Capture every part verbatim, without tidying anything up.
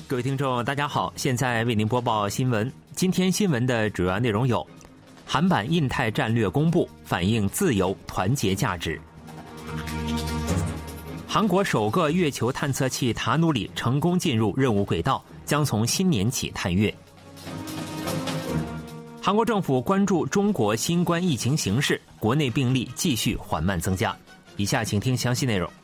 各位听众大家好，现在为您播报新闻。今天新闻的主要内容有：韩版印太战略公布，反映自由团结价值；韩国首个月球探测器塔努里成功进入任务轨道，将从新年起探月；韩国政府关注中国新冠疫情形势，国内病例继续缓慢增加。以下请听详细内容。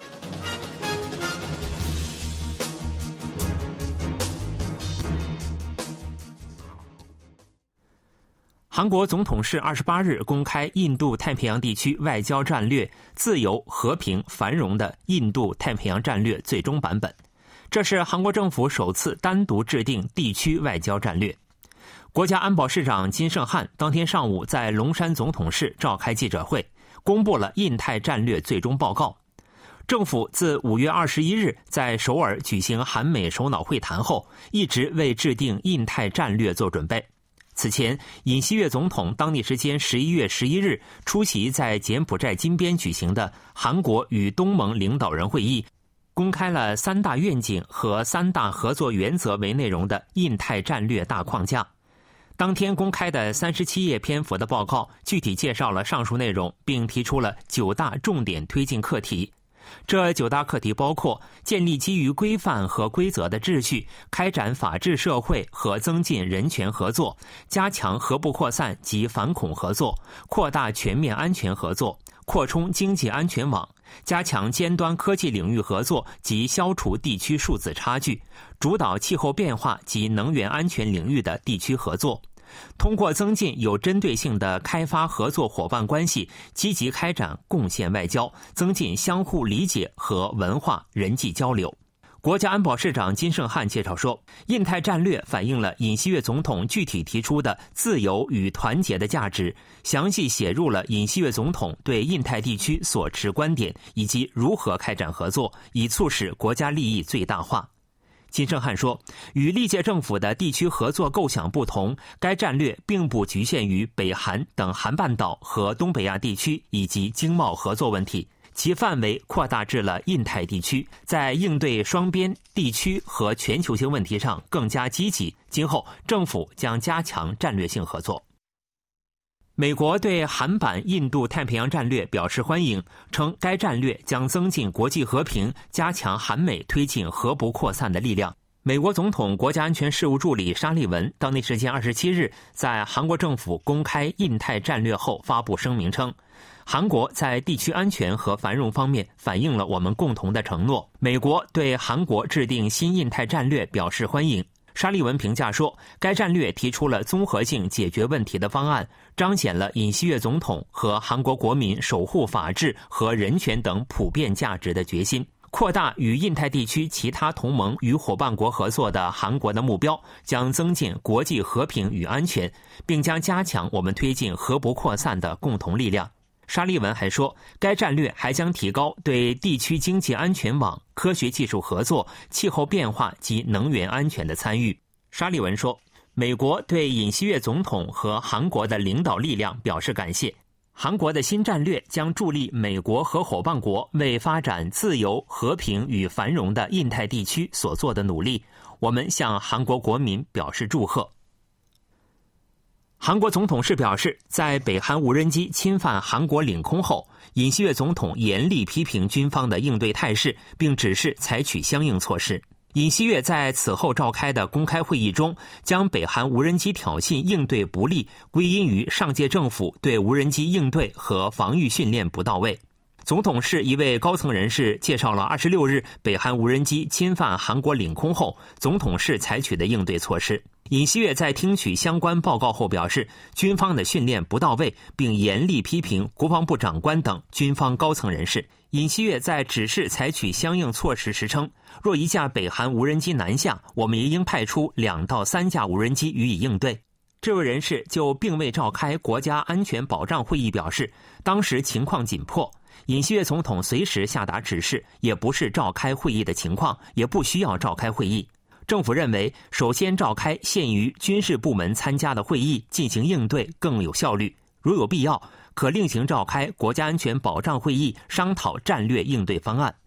韩国总统室二十八日公开印度太平洋地区外交战略自由、和平、繁荣的印度太平洋战略最终版本。这是韩国政府首次单独制定地区外交战略。国家安保市长金圣汉当天上午在龙山总统室召开记者会，公布了印太战略最终报告。政府自五月二十一日在首尔举行韩美首脑会谈后，一直为制定印太战略做准备。此前，尹锡悦总统当地时间十一月十一日出席在柬埔寨金边举行的韩国与东盟领导人会议，公开了三大愿景和三大合作原则为内容的印太战略大框架。当天公开的三十七页篇幅的报告具体介绍了上述内容，并提出了九大重点推进课题。这九大课题包括建立基于规范和规则的秩序，开展法治社会和增进人权合作，加强核不扩散及反恐合作，扩大全面安全合作，扩充经济安全网，加强尖端科技领域合作及消除地区数字差距，主导气候变化及能源安全领域的地区合作。通过增进有针对性的开发合作伙伴关系，积极开展贡献外交，增进相互理解和文化人际交流。国家安保市长金圣汉介绍说，印太战略反映了尹锡悦总统具体提出的自由与团结的价值，详细写入了尹锡悦总统对印太地区所持观点，以及如何开展合作，以促使国家利益最大化。金圣汉说，与历届政府的地区合作构想不同，该战略并不局限于北韩等韩半岛和东北亚地区以及经贸合作问题，其范围扩大至了印太地区，在应对双边、地区和全球性问题上更加积极。今后政府将加强战略性合作。美国对韩版印度太平洋战略表示欢迎，称该战略将增进国际和平，加强韩美推进核不扩散的力量。美国总统国家安全事务助理沙利文当地时间二十七日在韩国政府公开印太战略后发布声明称，韩国在地区安全和繁荣方面反映了我们共同的承诺。美国对韩国制定新印太战略表示欢迎。沙利文评价说，该战略提出了综合性解决问题的方案，彰显了尹锡悦总统和韩国国民守护法治和人权等普遍价值的决心。扩大与印太地区其他同盟与伙伴国合作的韩国的目标将增进国际和平与安全，并将加强我们推进核不扩散的共同力量。沙利文还说，该战略还将提高对地区经济安全网、科学技术合作、气候变化及能源安全的参与。沙利文说，美国对尹锡悦总统和韩国的领导力量表示感谢。韩国的新战略将助力美国和伙伴国为发展自由、和平与繁荣的印太地区所做的努力，我们向韩国国民表示祝贺。韩国总统室表示，在北韩无人机侵犯韩国领空后，尹锡悦总统严厉批评军方的应对态势，并指示采取相应措施。尹锡悦在此后召开的公开会议中，将北韩无人机挑衅应对不力归因于上届政府对无人机应对和防御训练不到位。总统室一位高层人士介绍了二十六日北韩无人机侵犯韩国领空后，总统室采取的应对措施。尹锡悦在听取相关报告后表示，军方的训练不到位，并严厉批评国防部长官等军方高层人士。尹锡悦在指示采取相应措施时称，若一架北韩无人机南下，我们也应派出两到三架无人机予以应对。这位人士就并未召开国家安全保障会议表示，当时情况紧迫，尹锡悦总统随时下达指示，也不是召开会议的情况，也不需要召开会议。政府认为，首先召开限于军事部门参加的会议进行应对更有效率，如有必要，可另行召开国家安全保障会议，商讨战略应对方案。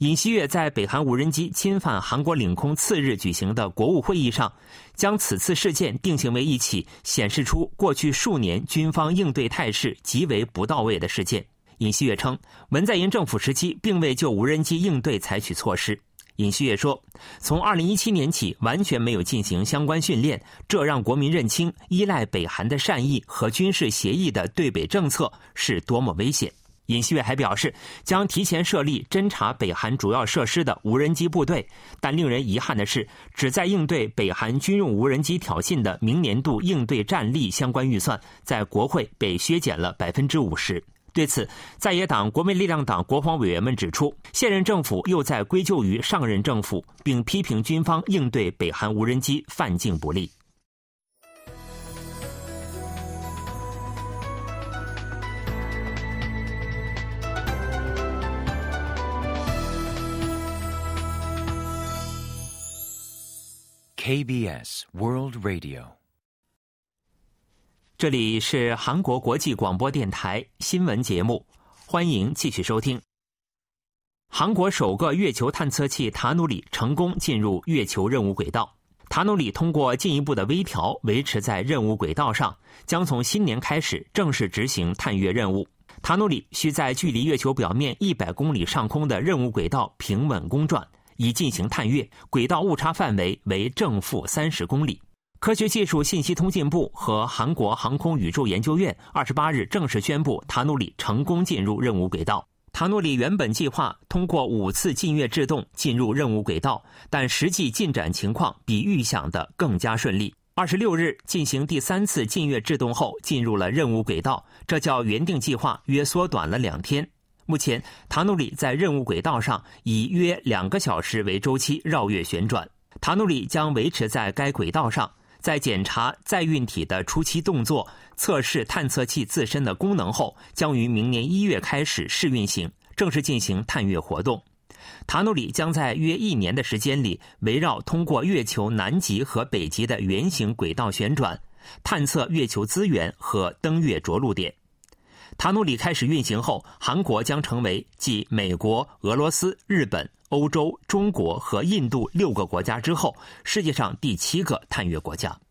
尹锡悦在北韩无人机侵犯韩国领空次日举行的国务会议上，将此次事件定性为一起显示出过去数年军方应对态势极为不到位的事件。尹锡悦称，文在寅政府时期并未就无人机应对采取措施。尹锡悦说，从二零一七年起完全没有进行相关训练，这让国民认清依赖北韩的善意和军事协议的对北政策是多么危险。尹锡悦还表示，将提前设立侦察北韩主要设施的无人机部队，但令人遗憾的是，旨在应对北韩军用无人机挑衅的明年度应对战力相关预算在国会被削减了 百分之五十。对此，在野党国民力量党国防委员们指出，现任政府又在归咎于上任政府，并批评军方应对北韩无人机犯境不力。 K B S World Radio， 这里是韩国国际广播电台新闻节目，欢迎继续收听。韩国首个月球探测器塔努里成功进入月球任务轨道。塔努里通过进一步的微调维持在任务轨道上，将从新年开始正式执行探月任务。塔努里需在距离月球表面一百公里上空的任务轨道平稳公转，以进行探月，轨道误差范围为正负三十公里。科学技术信息通信部和韩国航空宇宙研究院二十八日正式宣布，塔努里成功进入任务轨道。塔努里原本计划通过五次进月制动进入任务轨道，但实际进展情况比预想的更加顺利。二十六日进行第三次进月制动后，进入了任务轨道，这较原定计划约缩短了两天。目前，塔努里在任务轨道上以约两个小时为周期绕月旋转。塔努里将维持在该轨道上，在检查载运体的初期动作、测试探测器自身的功能后，将于明年一月开始试运行，正式进行探月活动。塔努里将在约一年的时间里，围绕通过月球南极和北极的圆形轨道旋转，探测月球资源和登月着陆点。塔努里开始运行后，韩国将成为继美国、俄罗斯、日本、欧洲、中国和印度六个国家之后，世界上第七个探月国家。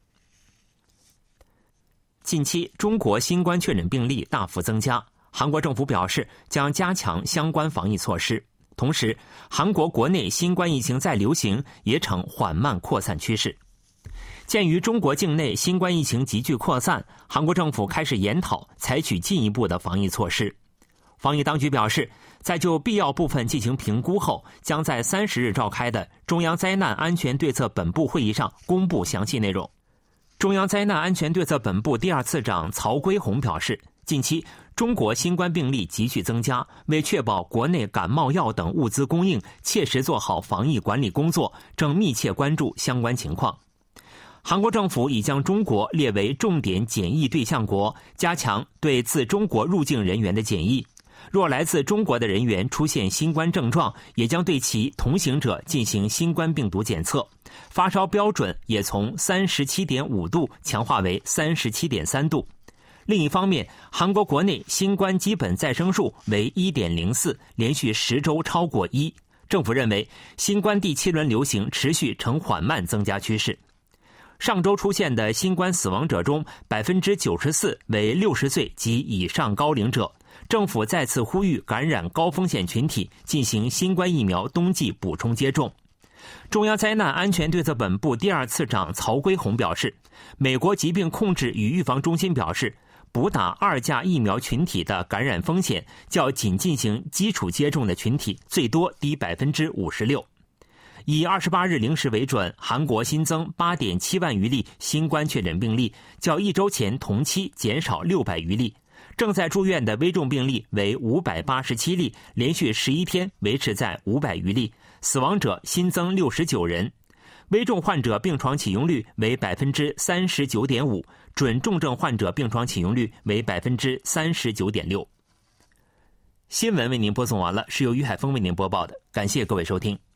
近期，中国新冠确诊病例大幅增加，韩国政府表示将加强相关防疫措施。同时，韩国国内新冠疫情再流行也呈缓慢扩散趋势。鉴于中国境内新冠疫情急剧扩散，韩国政府开始研讨采取进一步的防疫措施。防疫当局表示，在就必要部分进行评估后，将在三十日召开的中央灾难安全对策本部会议上公布详细内容。中央灾难安全对策本部第二次长曹圭宏表示，近期中国新冠病例急剧增加，为确保国内感冒药等物资供应，切实做好防疫管理工作，正密切关注相关情况。韩国政府已将中国列为重点检疫对象国，加强对自中国入境人员的检疫。若来自中国的人员出现新冠症状，也将对其同行者进行新冠病毒检测。发烧标准也从 三十七点五度强化为 三十七点三度。另一方面，韩国国内新冠基本再生数为 一点零四， 连续十周超过一。政府认为，新冠第七轮流行持续呈缓慢增加趋势。上周出现的新冠死亡者中 百分之九十四 为六十岁及以上高龄者。政府再次呼吁感染高风险群体进行新冠疫苗冬季补充接种。中央灾难安全对策本部第二次长曹圭宏表示，美国疾病控制与预防中心表示，补打二价疫苗群体的感染风险较仅进行基础接种的群体最多低 百分之五十六。以二十八日零时为准，韩国新增 八点七万余例新冠确诊病例，较一周前同期减少六百余例。正在住院的危重病例为五百八十七例，连续十一天维持在五百余例，死亡者新增六十九人。危重患者病床启用率为 百分之三十九点五， 准重症患者病床启用率为 百分之三十九点六。新闻为您播送完了，是由于海峰为您播报的，感谢各位收听。